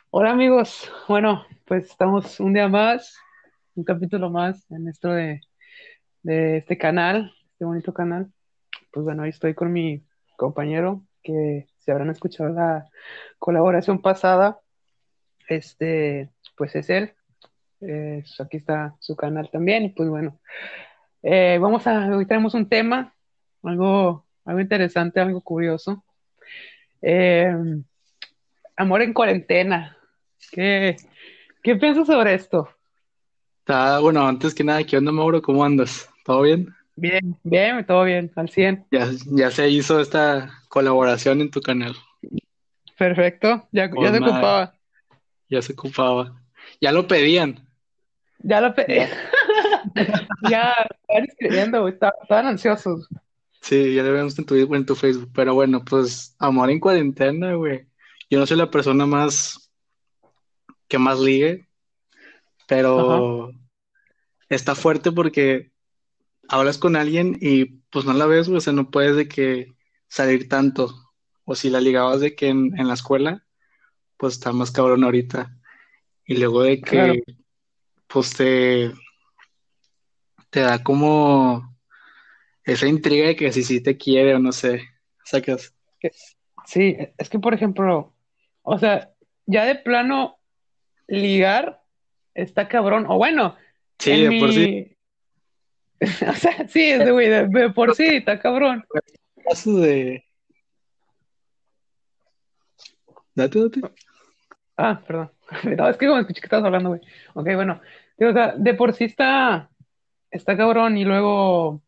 Hola amigos, bueno, pues estamos un día más, un capítulo más en esto de este canal, este bonito canal. Pues bueno, ahí estoy con mi compañero, que si habrán escuchado la colaboración pasada, pues es él. Aquí está su canal también, y pues bueno, hoy tenemos un tema, algo interesante, algo curioso. Eh, Amor en cuarentena. ¿Qué, qué piensas sobre esto? Bueno, antes que nada, ¿qué onda, Mauro? ¿Cómo andas? ¿Todo bien? Bien, bien, todo bien, al 100. Ya se hizo esta colaboración en tu canal. Perfecto, ya Con se madre, ocupaba. ya se ocupaba. Ya lo pedían. Ya lo pedí. Ya. Ya estaban escribiendo, güey, estaban ansiosos. Sí, ya lo vemos en tu Facebook. Pero bueno, pues amor en cuarentena, güey. Yo no soy la persona más que más ligue, Ajá, pero está fuerte porque hablas con alguien y pues no la ves, güey. O sea, no puedes de que salir tanto. O si la ligabas de que en la escuela, pues está más cabrón ahorita. Y luego de claro. que pues te da como esa intriga de que si sí te quiere o no sé. Sacas. Que- Sí, es que por ejemplo, o sea, ya de plano ligar está cabrón. O bueno, Sí, en de por sí. mi. O sea, sí, ese güey, de por sí está cabrón. Casos de. Date. Perdón. No, es que como escuché que estabas hablando, güey. Ok, bueno. Digo, o sea, de por sí está cabrón y luego.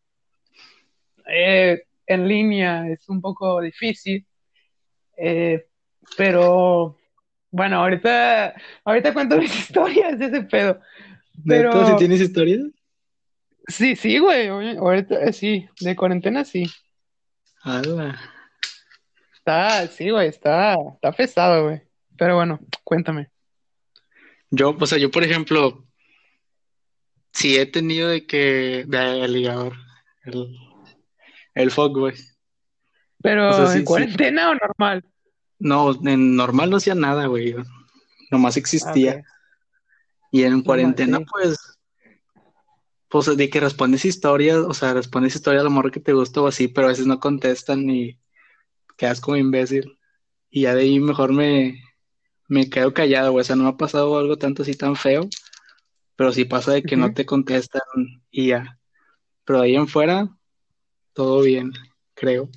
En línea es un poco difícil, eh, pero bueno, ahorita cuento mis historias de ese pedo, Neta, si pero tienes historia. sí, sí, güey, ahorita sí, de cuarentena sí, Ala. sí, güey, está pesado, güey, pero bueno, cuéntame. Yo, o sea, yo por ejemplo, sí he tenido de que. De ligador. El, el fuckboy. O sea, ¿Pero en sí, sí. cuarentena o normal? No, en normal no hacía nada, güey. Nomás Ah, existía. ok, Y en normal, cuarentena, sí. pues de que respondes historias, o sea, respondes historias al amor que te gusta o así, pero a veces no contestan y quedas como imbécil. Y ya de ahí mejor me quedo callado, güey. O sea, no me ha pasado algo tanto así tan feo, pero sí pasa de que no Ujú. te contestan y ya. Pero de ahí en fuera, todo bien, creo.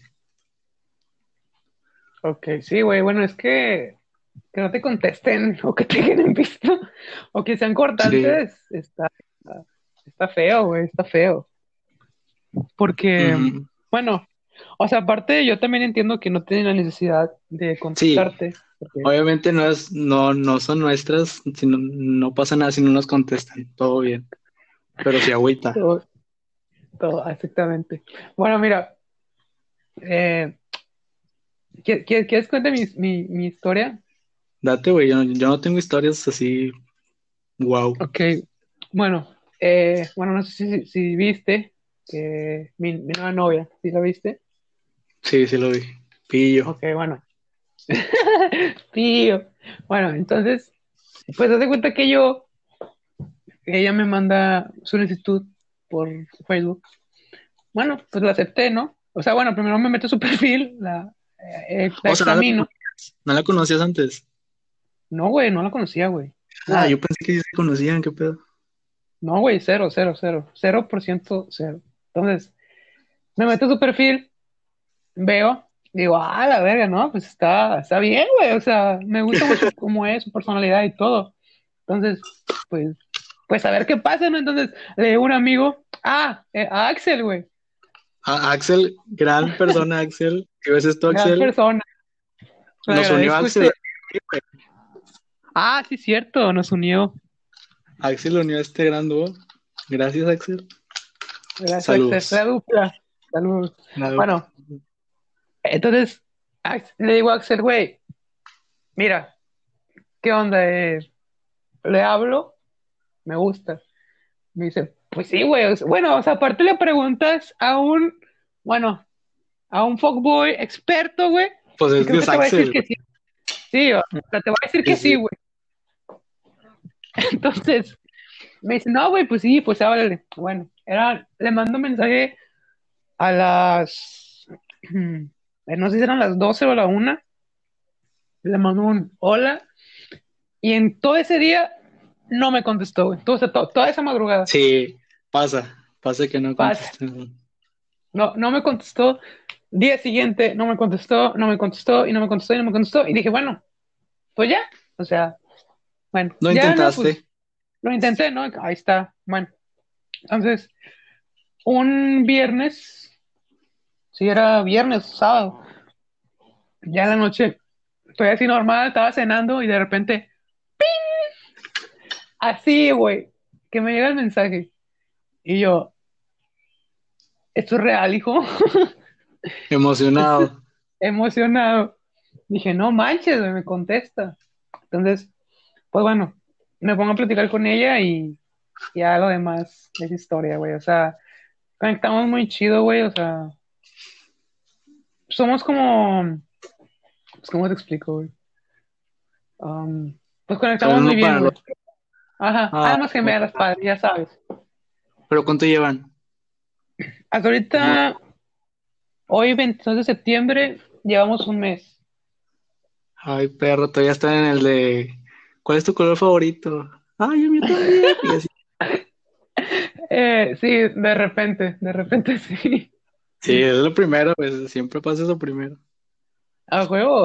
Ok, sí, güey, bueno, es que no te contesten o que te queden en visto o que sean Sí. cortantes, está feo, güey, está feo. Porque, Ujú. bueno, o sea, aparte yo también entiendo que no tienen la necesidad de Sí, contestarte, porque obviamente no son nuestras, sino, no pasa nada si no nos contestan, todo bien. Pero sí agüita. todo, todo, exactamente. Bueno, mira, eh, ¿quieres cuente mi historia? Date, güey, yo no tengo historias así, wow. Ok, bueno, bueno, no sé si viste que mi nueva novia, ¿sí la viste? Sí, sí lo vi. Pillo. Ok, bueno. Tío. Bueno, entonces, pues haz de cuenta que ella me manda solicitud por Facebook. Bueno, pues la acepté, ¿no? O sea, bueno, primero me meto a su perfil, la O sea, examino. no la conocías antes. No, güey, no la conocía, güey. Ah, yo Nada. pensé que sí se conocían, qué pedo. No, güey, cero, cero, cero. 0% cero. Entonces, me meto a su perfil, veo, digo, la verga, ¿no? Pues está bien, güey. O sea, me gusta mucho cómo es, su personalidad y todo. Entonces, pues, pues a ver qué pasa, ¿no? Entonces, le digo a un amigo, a Axel, güey. Axel, gran persona, Axel. ¿Qué ves esto, Gran Axel? persona. Le Nos unió agradezco Axel. Sí, cierto, nos unió. Axel unió a este gran dúo. Gracias, Axel. Gracias, Axel. La Saludos. dupla. Saludos. Nada. Bueno, entonces, le digo a Axel, güey, mira, ¿qué onda? Le hablo, me gusta. Me dice, pues sí, güey. Bueno, o sea, aparte le preguntas bueno, a un fuckboy experto, güey, Pues y es que creo que es te va a decir Axel, que güey. sí. Sí, o sea, te va a decir Sí, que sí, sí. güey. Entonces, me dice, no, güey, pues sí, pues háblale. Bueno, le mando un mensaje a las, no sé si eran las 12 o la 1, le mando un hola, y en todo ese día no me contestó, güey. Toda esa madrugada, Sí, pasa que no pasa, contestan. no me contestó. Día siguiente, no me contestó, no me contestó, y no me contestó, y no me contestó, y dije, bueno, pues ya, o sea, bueno, ¿No ya no, intentaste? pues lo intenté, ¿no? Ahí está, bueno. Entonces, un viernes, si era viernes o sábado, ya en la noche, estoy así normal, estaba cenando y de repente, así, güey, que me llega el mensaje. Y yo, esto es real, hijo. Estoy Emocionado. emocionado. Dije, no manches, güey, me contesta. Entonces, pues bueno, me pongo a platicar con ella y ya lo demás es historia, güey. O sea, conectamos muy chido, güey. O sea, somos como, pues, ¿cómo te explico, güey? Pues El conectamos muy uno bien, para el güey. otro. Ajá, Ah, almas gemelas, padre, ya sabes. pero ¿cuánto llevan? Hasta ahorita, hoy 22 de septiembre, llevamos un mes. Ay, perro, todavía están en el de ¿cuál es tu color favorito? Ay, a mí también. Y así. Sí, de repente sí. Sí, es lo primero, pues siempre pasa eso primero. A juego.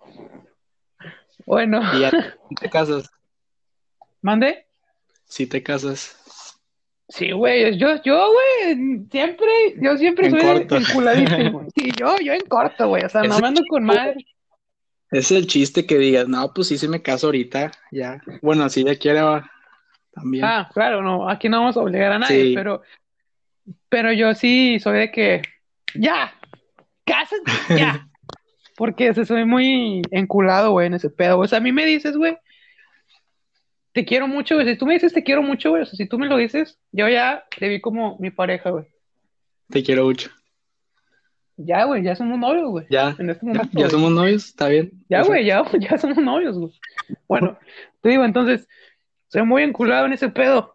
Bueno, Y ya si te casas, mande. si te casas. Sí, güey, güey, yo siempre En soy corto. enculadísimo. Sí, yo en corto, güey, o sea, no Ese me ando con madre. es el chiste que digas, no, pues sí se me caso ahorita, ya. Bueno, si ella quiere, va, también. Ah, claro, no, aquí no vamos a obligar a nadie, Sí, pero yo sí soy de que, ya, cásate, ya, porque soy muy enculado, güey, en ese pedo. O sea, a mí me dices, güey, te quiero mucho, güey, si tú me dices te quiero mucho, güey, o sea, si tú me lo dices, yo ya te vi como mi pareja, güey. te quiero mucho. Ya, güey, ya somos novios, güey, Ya, en este ya, momento, ya güey. somos novios, está bien, Ya, güey, perfecto. ya somos novios, güey. Bueno, te digo, entonces, soy muy enculado en ese pedo.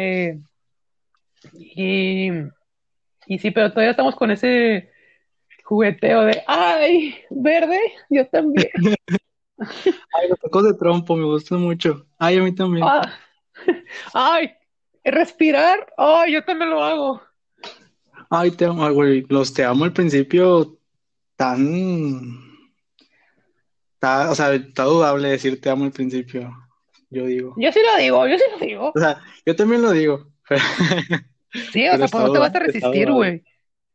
Y, y sí, pero todavía estamos con ese jugueteo de, ay, verde, yo también. Ay, los tacos de trompo me gustan mucho. Ay, a mí también. Ah, ay, respirar, ay, yo también lo hago. Ay, te amo, ay, güey. Los te amo al principio tan, o sea, está dudable decir te amo al principio, yo digo. Yo sí lo digo, yo sí lo digo. O sea, yo también lo digo, Sí, o pero sea, pues está no te dudable, vas a está resistir, dudable. güey.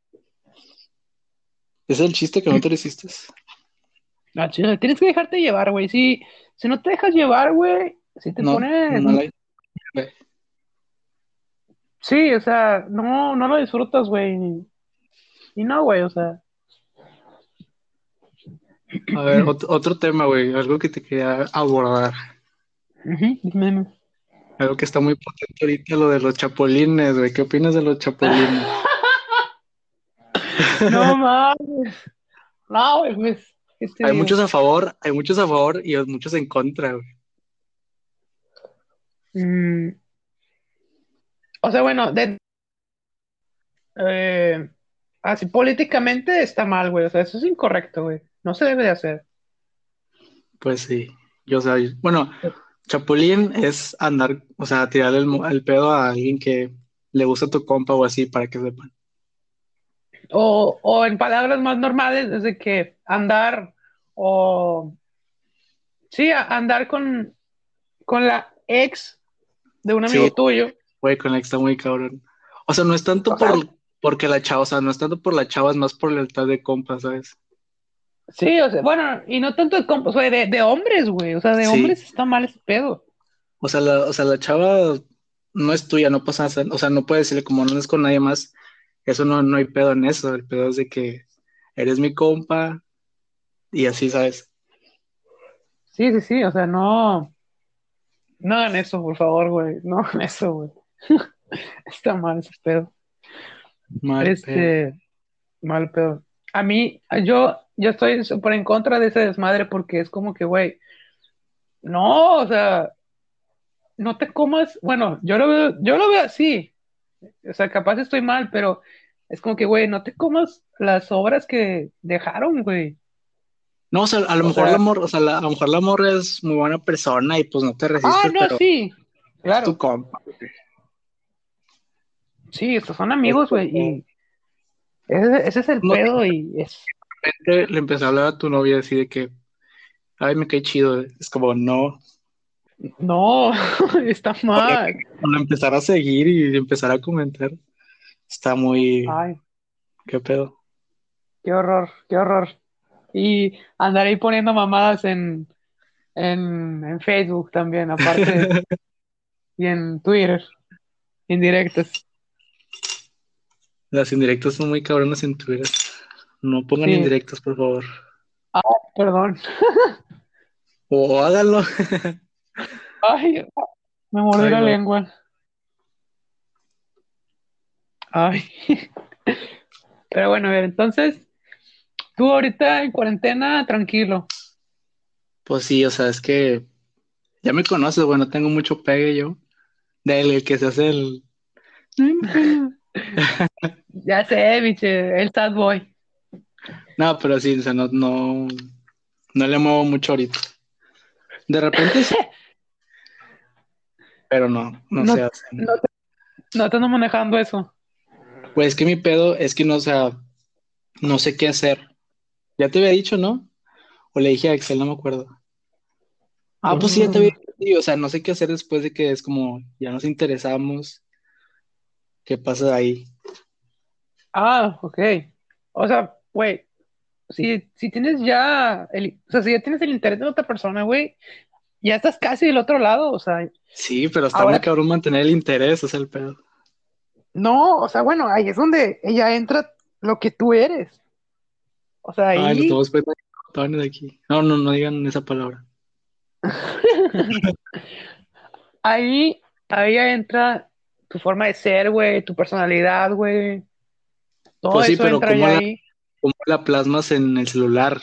Es el chiste que no te lo hiciste. No, chido, tienes que dejarte llevar, güey. Si no te dejas llevar, güey, si te No, pones. no la. Sí, o sea, no lo disfrutas, güey. Y no, güey, o sea. A ver, otro tema, güey, algo que te quería abordar. Ujú, dime. Algo que está muy potente ahorita, lo de los chapulines, güey. ¿Qué opinas de los chapulines? No mames. No, güey, pues, ¿qué te digo? Hay muchos a favor y muchos en contra, güey. Mm, o sea, bueno, eh, así políticamente está mal, güey. O sea, eso es incorrecto, güey. No se debe de hacer. Pues sí, yo sé. Bueno, chapulín es andar, o sea, tirarle el pedo a alguien que le gusta tu compa o así para que sepan. O en palabras más normales, es de que andar, o sí, andar con la ex de un Sí, amigo tuyo. güey, con la que está muy cabrón. O sea, no es tanto O sea, porque la chava, o sea, no es tanto por la chava, es más por lealtad de compa, ¿sabes? sí, o sea, bueno, y no tanto de compas, güey, de hombres, güey. O sea, de Sí, hombres está mal ese pedo. o sea, la chava no es tuya, no pasa nada, o sea, no puedes decirle como no andas con nadie más, eso no hay pedo en eso, el pedo es de que eres mi compa y así, ¿sabes? Sí, sí, sí, o sea, no hagan eso, por favor, güey. No hagan eso, güey. Está mal ese pedo. Mal pedo. Este, mal pedo. A mí, yo estoy súper en contra de ese desmadre porque es como que, güey, no, o sea, no te comas, bueno, yo lo veo así, o sea, capaz estoy mal, pero es como que, güey, no te comas las obras que dejaron, güey. No, o sea, a lo O mejor sea, a lo mejor la morra es muy buena persona y pues no te resistes, no, pero sí, es tu claro, compa. sí, estos son amigos, Este, güey, y ese es el no, de pedo y es, repente le empecé a hablar a tu novia así de que, ay, me cae chido. Es como, no, no, está mal. cuando empezar a seguir y empezar a comentar, está muy, Ay, ¿qué pedo? qué horror, qué horror. Y andar ahí poniendo mamadas en Facebook también, aparte, y en Twitter, indirectas. Las indirectas son muy cabronas en Twitter. No pongan Sí, indirectas, por favor. perdón. O háganlo. Ay, me mordí Ay, la no. lengua. Ay. Pero bueno, a ver, entonces, tú ahorita en cuarentena, tranquilo. Pues sí, o sea, es que ya me conoces, bueno, tengo mucho pegue yo. Del que se hace el. No hay pedo. Ya sé, biche, el sad boy. No, pero sí, o sea, no le muevo mucho ahorita. De repente sí, pero no No, se hace. no te ando manejando eso. Pues es que mi pedo es que no, o sea, no sé qué hacer. Ya te había dicho, ¿no? O le dije a Excel, no me acuerdo. Ah, pues sí, ya te había Mm, dicho, sí, o sea, no sé qué hacer después de que es como, ya nos interesamos, ¿qué pasa ahí? ok. O sea, güey, si tienes ya o sea, si ya tienes el interés de otra persona, güey, ya estás casi del otro lado, o sea, Sí, pero está muy ahora cabrón mantener el interés, es el pedo. no, o sea, bueno, ahí es donde ella entra lo que tú eres. O sea, Ay, nos ahí, estamos poniendo de aquí. No digan esa palabra. ahí ya entra tu forma de ser, güey, tu personalidad, güey. Todo Pues sí, eso pero entra ya ahí. cómo la plasmas en el celular?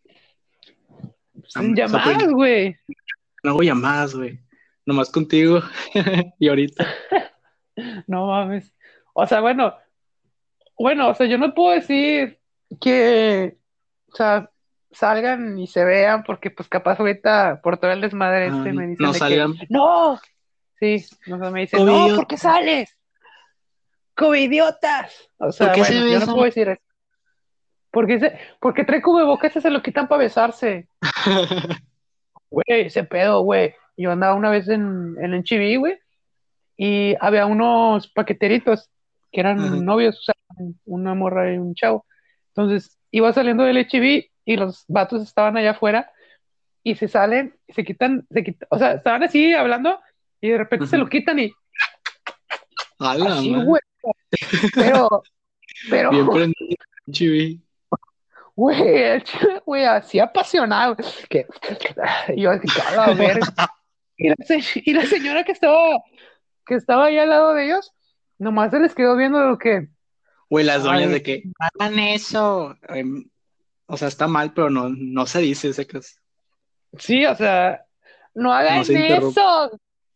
Sin O sea, porque llamadas, güey. no hago llamadas, güey. Nomás contigo y ahorita. No mames. O sea, bueno, o sea, yo no puedo decir que, o sea, salgan y se vean, porque pues capaz ahorita por todo el desmadre Ah, este me dicen no de que, salgan. no, sí, no sé, me dicen, no, Covidiot, ¿por qué sales? ¡Covidiotas! O ¿por sea, qué se bueno, yo no besan? puedo decir eso. Porque trae cubrebocas y se lo quitan para besarse. Güey, ese pedo, güey. Yo andaba una vez en H-E-B, güey, y había unos paqueteritos que Ajá, eran novios, o sea, una morra y un chavo. Entonces, iba saliendo del H-E-B y los vatos estaban allá afuera y se salen, o sea, estaban así hablando y de repente se ajá. lo quitan y A la así, madre. güey. Pero, pero, Bien prendido, chivi. güey, güey, así apasionado, que yo así, a la verga. Y la señora que estaba ahí al lado de ellos, nomás se les quedó viendo lo que, Güey, las doñas ay, de que hagan eso. O sea, está mal, pero no se dice, secas. sí, o sea, no No se hagan interrumpe. eso.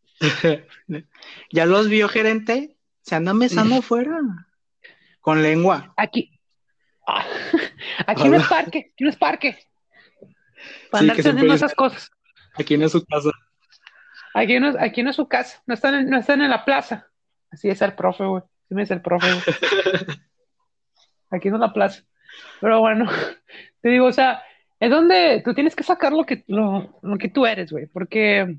¿Ya los vio, gerente? Se andan besando afuera. Con lengua. Aquí, ah, aquí no es Hola. parque, aquí no es parque, para Sí, que andarse siempre haciendo dice, esas cosas. aquí no es su casa. Aquí no es su casa, no están en la plaza. Así es el profe, güey. Así me dice el profe, güey. Aquí no es la plaza. Pero bueno, te digo, o sea, es donde tú tienes que sacar lo que tú eres, güey, porque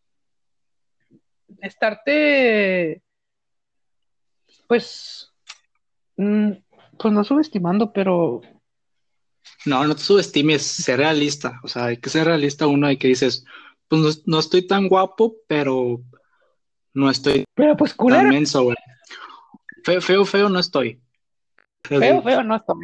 estarte, pues, mm, pues no subestimando, pero, No te subestimes, ser realista. O sea, hay que ser realista uno y que dices, pues no estoy tan guapo, pero no estoy pero pues tan culero, menso, güey. Feo no estoy. feo, Así. feo, no está.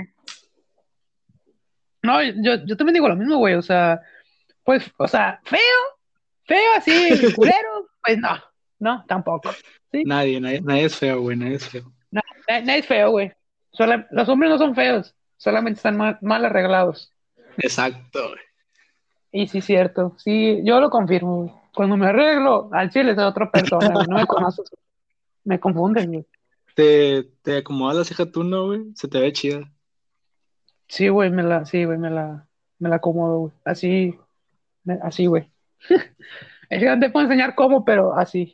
No, yo también digo lo mismo, güey, o sea, pues, o sea, feo, feo así, culero, pues no, no, tampoco, ¿sí? Nadie es feo, güey, nadie es feo. No, nadie es feo, güey. Los hombres no son feos, solamente están mal arreglados. Exacto, güey. Y sí, cierto, sí, yo lo confirmo, güey. Cuando me arreglo, al chile soy otra persona, güey. No me conoces, me confundes, güey. Te acomodas la ceja tú, ¿no, güey? Se te ve chida. Sí, güey, sí, güey, me la acomodo, güey. Así, así, güey. Es que no te puedo enseñar cómo, pero así.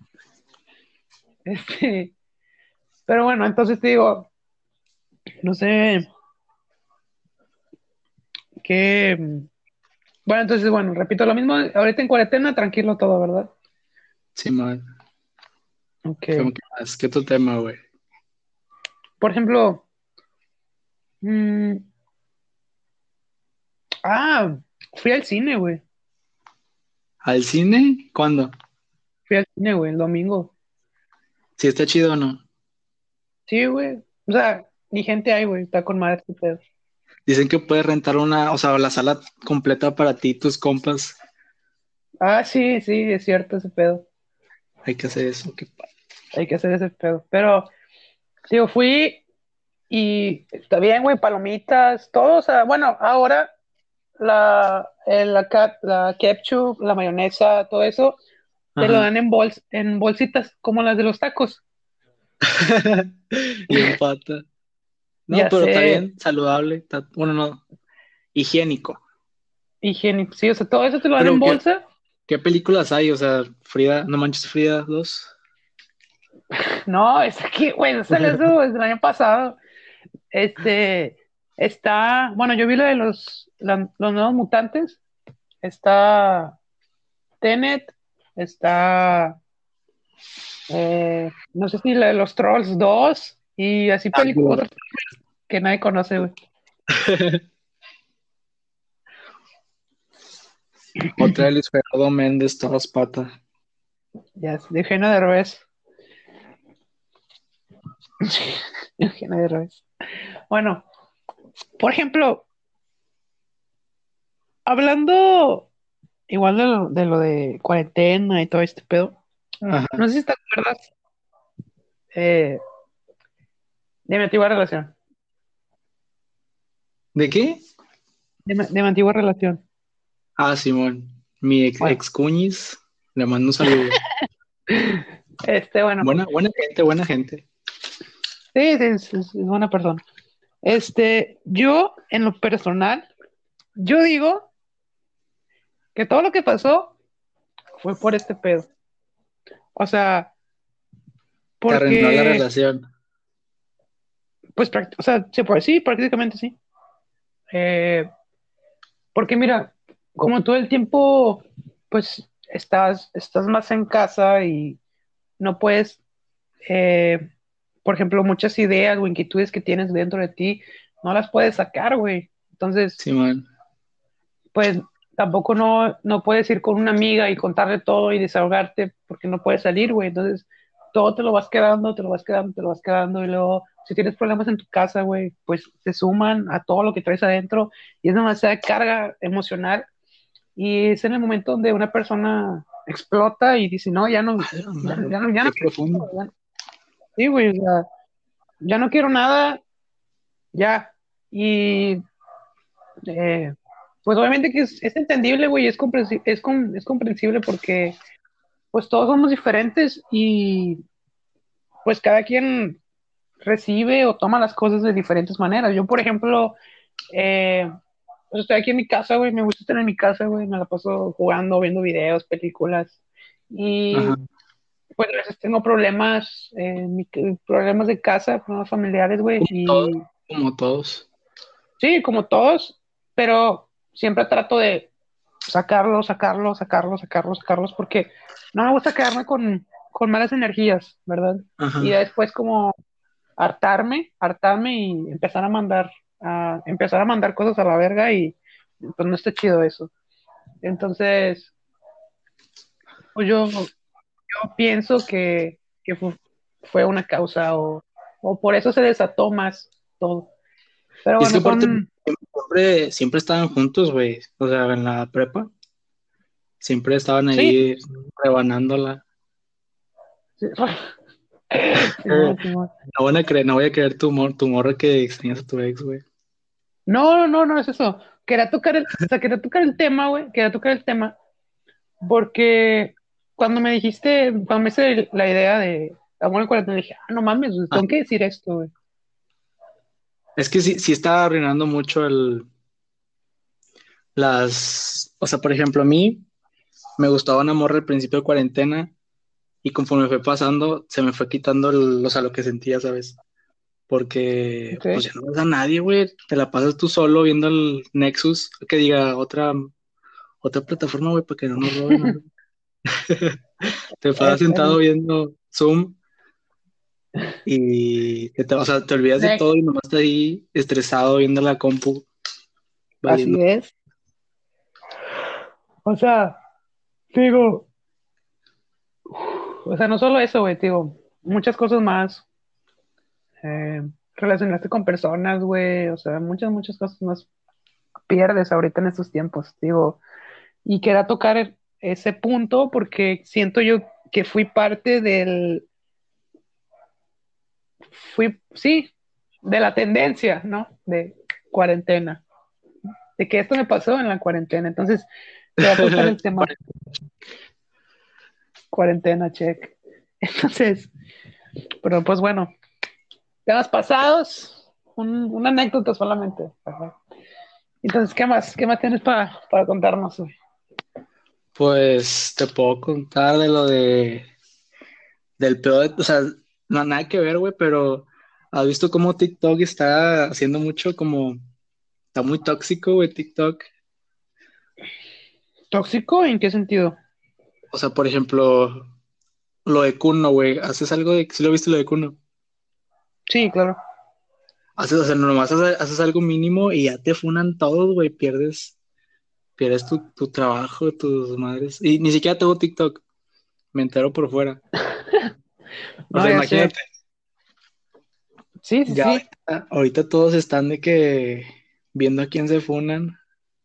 Este, pero bueno, entonces te digo, no sé qué. Bueno, entonces, bueno, repito lo mismo. Ahorita en cuarentena, tranquilo todo, ¿verdad? Sí, man. Ok. ¿Cómo que más? ¿Qué otro tema, güey? Por ejemplo, mm, ah, fui al cine, güey. ¿Al cine? ¿Cuándo? Fui al cine, güey, el domingo. ¿Si está chido o no? Sí, güey. O sea, ni gente hay, güey. Está con madre este pedo. Dicen que puedes rentar una, o sea, la sala completa para ti y tus compas. Ah, sí, sí, es cierto ese pedo. Hay que hacer eso. Hay que hacer ese pedo. Pero, digo, fui y está bien, güey, palomitas, todo. O sea, bueno, ahora la ketchup, la mayonesa, todo eso, te lo Ajá. dan en bolsitas, como las de los tacos. Bien pata. No, Ya pero está sé, bien, saludable. Bueno, no, higiénico. higiénico. Sí, o sea, todo eso te lo dan en Pero, bolsa. ¿qué películas hay? O sea, Frida, no manches Frida 2. No, es aquí, güey, sale eso desde el año pasado. Este, está, bueno, yo vi la de los nuevos mutantes. Está Tenet, está, no sé si la de los Trolls 2 y así Ah, otras que nadie conoce, güey. otra de Luis Gerardo Méndez, todas pata. Ya, de Eugenio Derbez. Eugenio Derbez. Bueno, por ejemplo, hablando igual de lo de cuarentena y todo este pedo, Ajá. no sé si te acuerdas eh, de mi antigua relación. ¿De qué? De mi antigua relación. Ah, Simón, mi Bueno, ex cuñis, le mando un saludo. bueno, Buena gente, buena gente. sí, sí, es buena persona. Yo, en lo personal, yo digo que todo lo que pasó fue por este pedo. O sea, Te arruinó la porque, relación. pues, o sea, se puede, sí, prácticamente sí. Eh, porque mira, como todo el tiempo, pues, estás más en casa y no puedes, eh, por ejemplo, muchas ideas o inquietudes que tienes dentro de ti, no las puedes sacar, güey. Entonces, Simón. pues tampoco no puedes ir con una amiga y contarle todo y desahogarte porque no puedes salir, güey. Entonces, todo te lo vas quedando, te lo vas quedando, te lo vas quedando. Y luego, si tienes problemas en tu casa, güey, pues se suman a todo lo que traes adentro y es demasiada carga emocional. Y es en el momento donde una persona explota y dice, no, ya no, A la ya, madre, ya no, ya no qué quiero, profundo. sí, güey, o sea, ya no quiero nada, ya. Y eh, pues obviamente que es entendible, güey, es comprensible porque pues todos somos diferentes y pues cada quien recibe o toma las cosas de diferentes maneras. Yo, por ejemplo, eh, pues estoy aquí en mi casa, güey, me gusta estar en mi casa, güey, me la paso jugando, viendo videos, películas y Ajá. pues a veces tengo problemas, problemas de casa, problemas familiares, güey, Todos, y como todos. sí, como todos, pero siempre trato de sacarlos, porque no me gusta quedarme con malas energías, ¿verdad? Y Ajá. después como hartarme y empezar a mandar cosas a la verga y pues no está chido eso. Entonces, pues yo pienso que fue una causa o por eso se desató más todo. Pero Y es que bueno, aparte, son... siempre estaban juntos, güey. O sea, en la prepa, siempre estaban Sí, ahí rebanándola. sí, Simón, Simón. No voy a creer tu morra que extrañas a tu ex, güey. No, no, no, no es eso. Quería tocar o sea, quería tocar el tema, güey, quería tocar el tema Porque cuando me hice la idea de Amor en Cuarentena, dije, no mames, güey, Ah, tengo que decir esto, güey. es que sí, sí está arruinando mucho o sea, por ejemplo, a mí me gustaba una morra al principio de cuarentena y conforme fue pasando, se me fue quitando o sea, lo que sentía, ¿sabes? Porque Ok. pues ya no ves a nadie, güey, te la pasas tú solo viendo el Nexus, que diga otra plataforma, güey, para que no nos roben algo. Te pasas sentado El viendo Zoom y o sea, te olvidas de todo Next, y nomás estás ahí estresado viendo la compu, valiendo. así es. O sea, digo, o sea, no solo eso, güey, digo, muchas cosas más. Eh, relacionarte con personas, güey, o sea, muchas cosas más pierdes ahorita en estos tiempos, digo. Y quería tocar ese punto porque siento yo que fui parte sí, de la tendencia, ¿no? De cuarentena, de que esto me pasó en la cuarentena. Entonces, quería tocar el tema cuarentena, check. Entonces, pero pues bueno, temas pasados, una anécdota solamente. Ajá. Entonces, ¿qué más tienes para contarnos hoy? Pues te puedo contar de lo del peor, o sea, no nada que ver, güey, pero has visto cómo TikTok está haciendo mucho como, está muy tóxico, güey, TikTok. ¿Tóxico? ¿En qué sentido? O sea, por ejemplo, lo de Kuno, güey, haces algo de, ¿sí lo viste lo de Kuno? Sí, claro. Haces, o sea, nomás haces algo mínimo y ya te funan todos, güey, pierdes tu trabajo, tus madres. Y ni siquiera tengo TikTok, me entero por fuera. O No, sea, ya sé. imagínate, Sí, sí, ya sí. ahorita todos están de que viendo a quién se funan.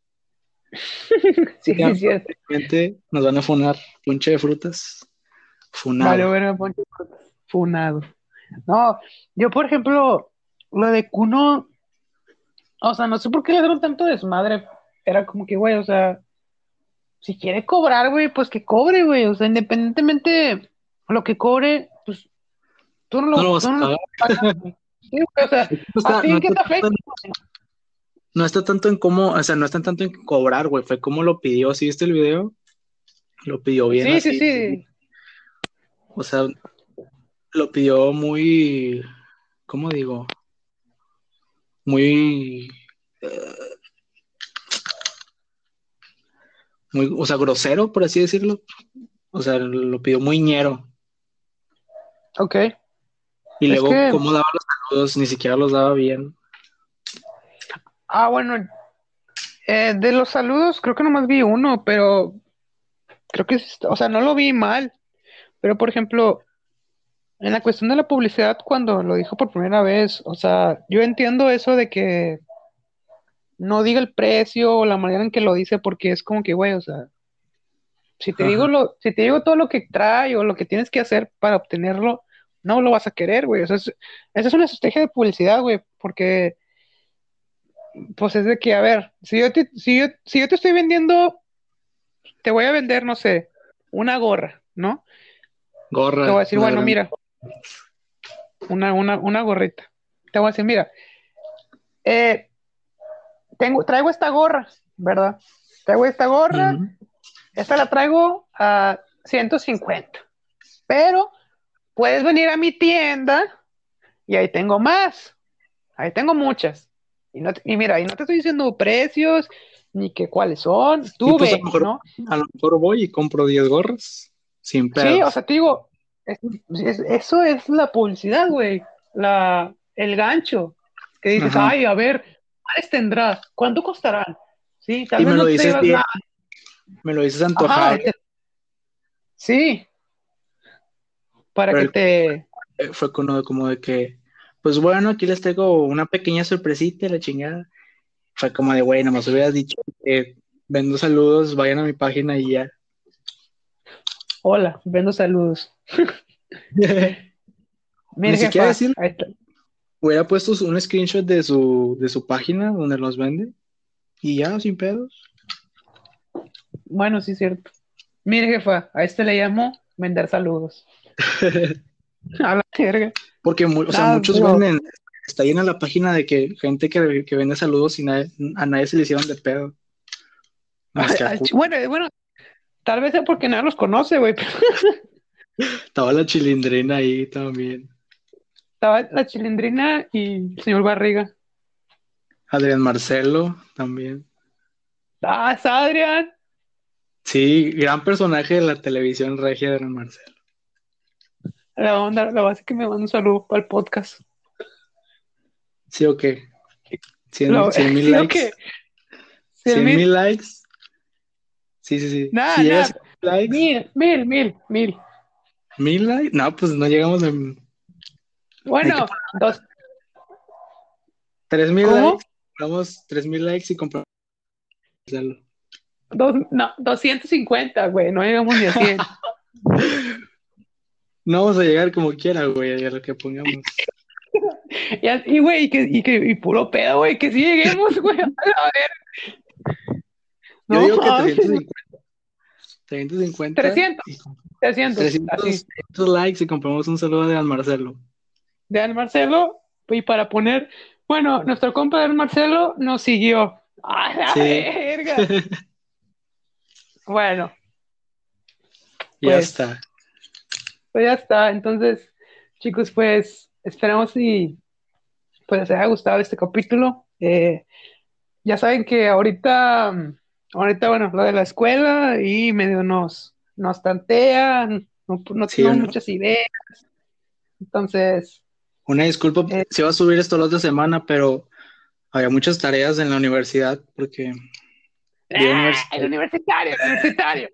Sí, Ya sí, cierto. próximamente nos van a funar ponche de frutas. Vale, Funado. bueno, Poncho, funado. No, yo, por ejemplo, lo de Kuno, o sea, no sé por qué le dieron tanto desmadre. Era como que, güey, o sea, si quiere cobrar, güey, pues que cobre, güey. O sea, independientemente lo que cobre, pues No lo vas tú a no lo pagar. pagas, güey. Sí, güey, o sea, No ¿a está, ti no en qué está te tanto afecta? en, no está tanto en cómo, o sea, no está tanto en cobrar, güey. Fue como lo pidió. ¿Sí viste el video? Lo pidió bien Sí, sí, así. sí. O sea, lo pidió muy, ¿cómo digo? Muy, muy, o sea, grosero, por así decirlo. O sea, lo pidió muy ñero. Ok. Y Es luego, que, cómo daba los saludos, ni siquiera los daba bien. bueno, de los saludos, creo que nomás vi uno, pero creo que, o sea, no lo vi mal. Pero, por ejemplo, en la cuestión de la publicidad, cuando lo dijo por primera vez, o sea, yo entiendo eso de que no diga el precio o la manera en que lo dice, porque es como que, güey, o sea, Ajá. si te digo todo lo que trae o lo que tienes que hacer para obtenerlo, no lo vas a querer, güey. O sea, esa es una estrategia de publicidad, güey, porque, pues es de que, a ver, si yo te estoy vendiendo, te voy a vender, no sé, una gorra, ¿no? Te voy a Gorra, decir, la bueno, gran. mira, una gorrita. Te voy a decir, mira, eh, traigo esta gorra, ¿verdad? Traigo esta gorra, Ujú. esta la traigo a 150, pero puedes venir a mi tienda y ahí tengo más, ahí tengo muchas. Y mira, y no te estoy diciendo precios ni que cuáles son, Y tú pues ve, ¿no? a lo mejor voy y compro 10 gorras sin Sí, o pedos. sea, te digo, eso es la publicidad, güey, el gancho, que dices, Ajá. ay, a ver, ¿cuáles tendrás? ¿Cuánto costarán? Sí, tal Y vez me lo no te dices llevas bien, nada. me lo dices Ajá, antojado, sí, para pero que el, te... fue como de que, pues bueno, aquí les tengo una pequeña sorpresita, la chingada. Fue como de, güey, nomás hubieras dicho que vendo saludos, vayan a mi página y ya. Hola, vendo saludos. Ni Mire, siquiera jefa, decir, ahí está. hubiera puesto un screenshot de su página donde los vende y ya, sin pedos. Bueno, sí, es cierto. Mire, jefa, a este le llamo vender saludos. A la verga. Porque, o sea, Nada, muchos pero. venden, está llena la página de que gente que vende saludos y a nadie se le hicieron de pedo, más que a Julio. Bueno, bueno, tal vez es porque nadie los conoce, güey. Pero Estaba la chilindrina ahí también. estaba la Chilindrina y el señor Barriga. Adrián Marcelo también. Ah, es Adrián. Sí, gran personaje de la televisión regia, Adrián Marcelo. La onda, la base que me manda un saludo para el podcast. ¿Sí o qué? Lo, 100,000 sí, likes. que 100 100,000 mil. likes. Sí, sí, sí. Si Nada, llega a nada. 100,000 likes, Mil. 1,000 likes. No, pues no llegamos a. Hay que Bueno, poner dos. 3,000 likes. ¿Cómo? Compramos 3,000 likes y compramos. No, 250, güey. No llegamos ni a 100. No vamos a llegar como quiera, güey, a lo que pongamos. Y, güey, y puro pedo, güey. Que sí lleguemos, güey. A ver, Yo no digo que mames. 350 300, y 300, 300, así. 300 likes y compramos un saludo de Al Marcelo. De Al Marcelo. Y para poner. Bueno, nuestro compa de Al Marcelo nos siguió. ¡A la Sí, verga! Bueno, ya pues. está. Pues ya está. Entonces, chicos, pues esperamos y pues les haya gustado este capítulo. Ya saben que ahorita, bueno, lo de la escuela y medio nos tantean, no Sí, tenemos muchas ideas. Entonces, una disculpa, eh, se va a subir esto la otra semana, pero había muchas tareas en la universidad porque vida el universitaria. universitario, el universitario.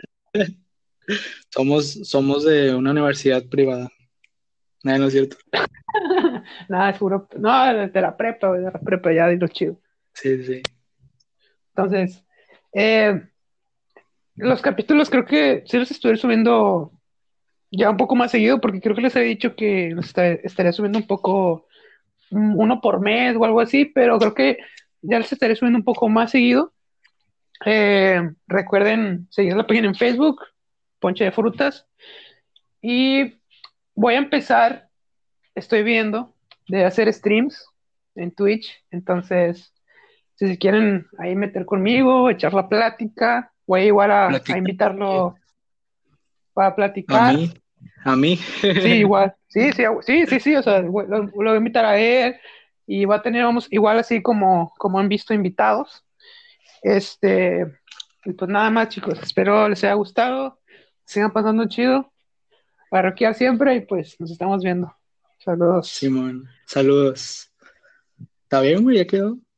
Somos de una universidad privada. No es cierto. Nada, es puro, no, de la prepa, güey, de la prepa, ya dilo chido. Sí, sí. Entonces, eh, los capítulos creo que sí los estoy subiendo ya un poco más seguido, porque creo que les había dicho que estaría subiendo un poco, uno por mes o algo así, pero creo que ya les estaré subiendo un poco más seguido. Recuerden seguir la página en Facebook, Ponche de Frutas, y voy a empezar, estoy viendo, de hacer streams en Twitch, entonces, si se quieren ahí meter conmigo, echar la plática, voy igual a Platica. invitarlo para A platicar. mí, a mí. Sí, igual. Sí, o sea, lo voy a invitar a él y va a tener, vamos, igual así como han visto invitados. Este, y pues nada más, chicos, espero les haya gustado, sigan pasando chido, parroquial siempre y pues nos estamos viendo. Saludos. Simón, saludos. ¿Está bien, güey? Ya quedó.